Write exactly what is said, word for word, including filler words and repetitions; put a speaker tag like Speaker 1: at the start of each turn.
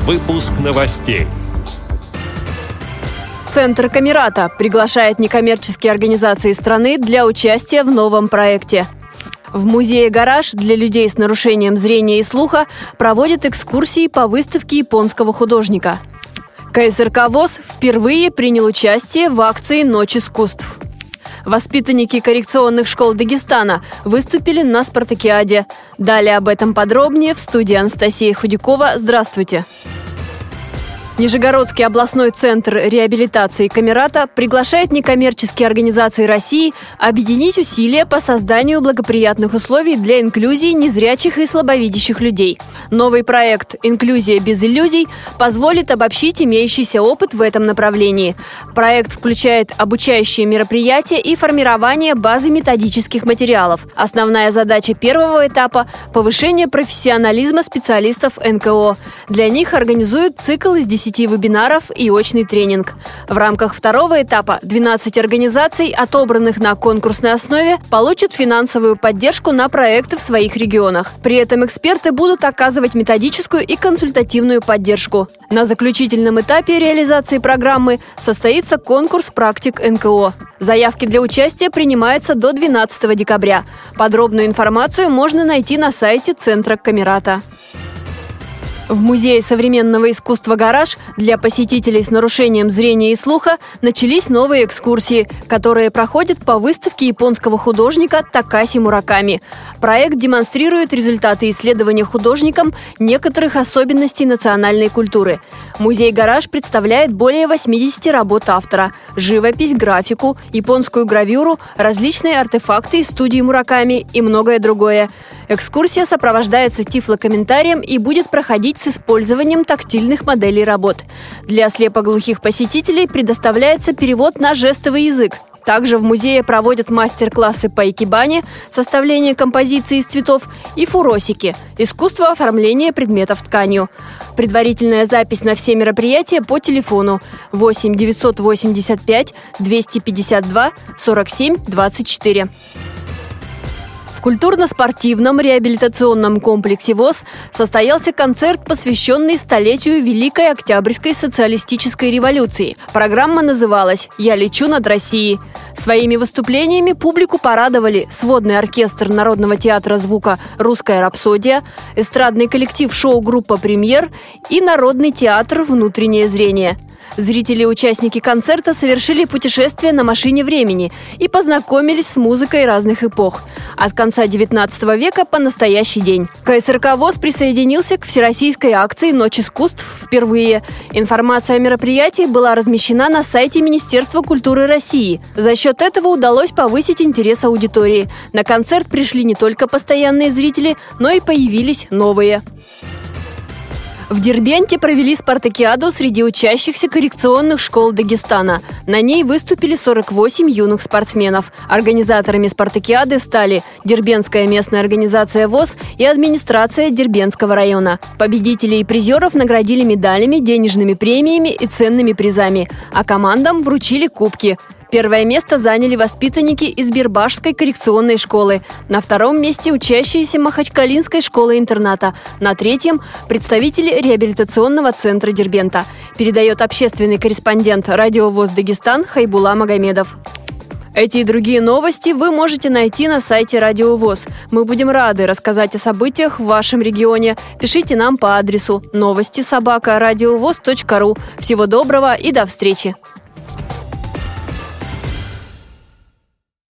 Speaker 1: Выпуск новостей.
Speaker 2: Центр Камерата приглашает некоммерческие организации страны для участия в новом проекте. В музее «Гараж» для людей с нарушением зрения и слуха проводят экскурсии по выставке японского художника. ка эс эр ка ВОС впервые принял участие в акции «Ночь искусств». Воспитанники коррекционных школ Дагестана выступили на спартакиаде. Далее об этом подробнее в студии Анастасия Худякова. Здравствуйте! Нижегородский областной центр реабилитации Камерата приглашает некоммерческие организации России объединить усилия по созданию благоприятных условий для инклюзии незрячих и слабовидящих людей. Новый проект «Инклюзия без иллюзий» позволит обобщить имеющийся опыт в этом направлении. Проект включает обучающие мероприятия и формирование базы методических материалов. Основная задача первого этапа – повышение профессионализма специалистов эн ка о. Для них организуют цикл из десяти вебинаров и очный тренинг. В рамках второго этапа двенадцать организаций, отобранных на конкурсной основе, получат финансовую поддержку на проекты в своих регионах. При этом эксперты будут оказывать методическую и консультативную поддержку. На заключительном этапе реализации программы состоится конкурс практик эн ка о. Заявки для участия принимаются до двенадцатого декабря. Подробную информацию можно найти на сайте Центра Камерата. В Музее современного искусства «Гараж» для посетителей с нарушением зрения и слуха начались новые экскурсии, которые проходят по выставке японского художника Такаси Мураками. Проект демонстрирует результаты исследования художником некоторых особенностей национальной культуры. Музей «Гараж» представляет более восьмидесяти работ автора – живопись, графику, японскую гравюру, различные артефакты из студии Мураками и многое другое. Экскурсия сопровождается тифлокомментарием и будет проходить с использованием тактильных моделей работ. Для слепоглухих посетителей предоставляется перевод на жестовый язык. Также в музее проводят мастер-классы по икебане, составление композиции из цветов и фуросики – искусство оформления предметов тканью. Предварительная запись на все мероприятия по телефону восемь девятьсот восемьдесят пять двести пятьдесят два сорок семь двадцать четыре. В культурно-спортивном реабилитационном комплексе ВОС состоялся концерт, посвященный столетию Великой Октябрьской социалистической революции. Программа называлась «Я лечу над Россией». Своими выступлениями публику порадовали сводный оркестр Народного театра звука «Русская рапсодия», эстрадный коллектив шоу-группа «Премьер» и Народный театр «Внутреннее зрение». Зрители и участники концерта совершили путешествие на машине времени и познакомились с музыкой разных эпох. От конца девятнадцатого века по настоящий день. ка эс эр ка ВОС присоединился к всероссийской акции «Ночь искусств» впервые. Информация о мероприятии была размещена на сайте Министерства культуры России. За счет этого удалось повысить интерес аудитории. На концерт пришли не только постоянные зрители, но и появились новые. В Дербенте провели спартакиаду среди учащихся коррекционных школ Дагестана. На ней выступили сорок восемь юных спортсменов. Организаторами спартакиады стали Дербентская местная организация ВОС и администрация Дербентского района. Победителей и призеров наградили медалями, денежными премиями и ценными призами, а командам вручили кубки. Первое место заняли воспитанники из Бирбашской коррекционной школы. На втором месте учащиеся Махачкалинской школы-интерната. На третьем – представители реабилитационного центра Дербента. Передает общественный корреспондент радио ВОС Дагестан Хайбула Магомедов. Эти и другие новости вы можете найти на сайте Радио ВОС. Мы будем рады рассказать о событиях в вашем регионе. Пишите нам по адресу новости собака радиовос точка ру. Всего доброго и до встречи!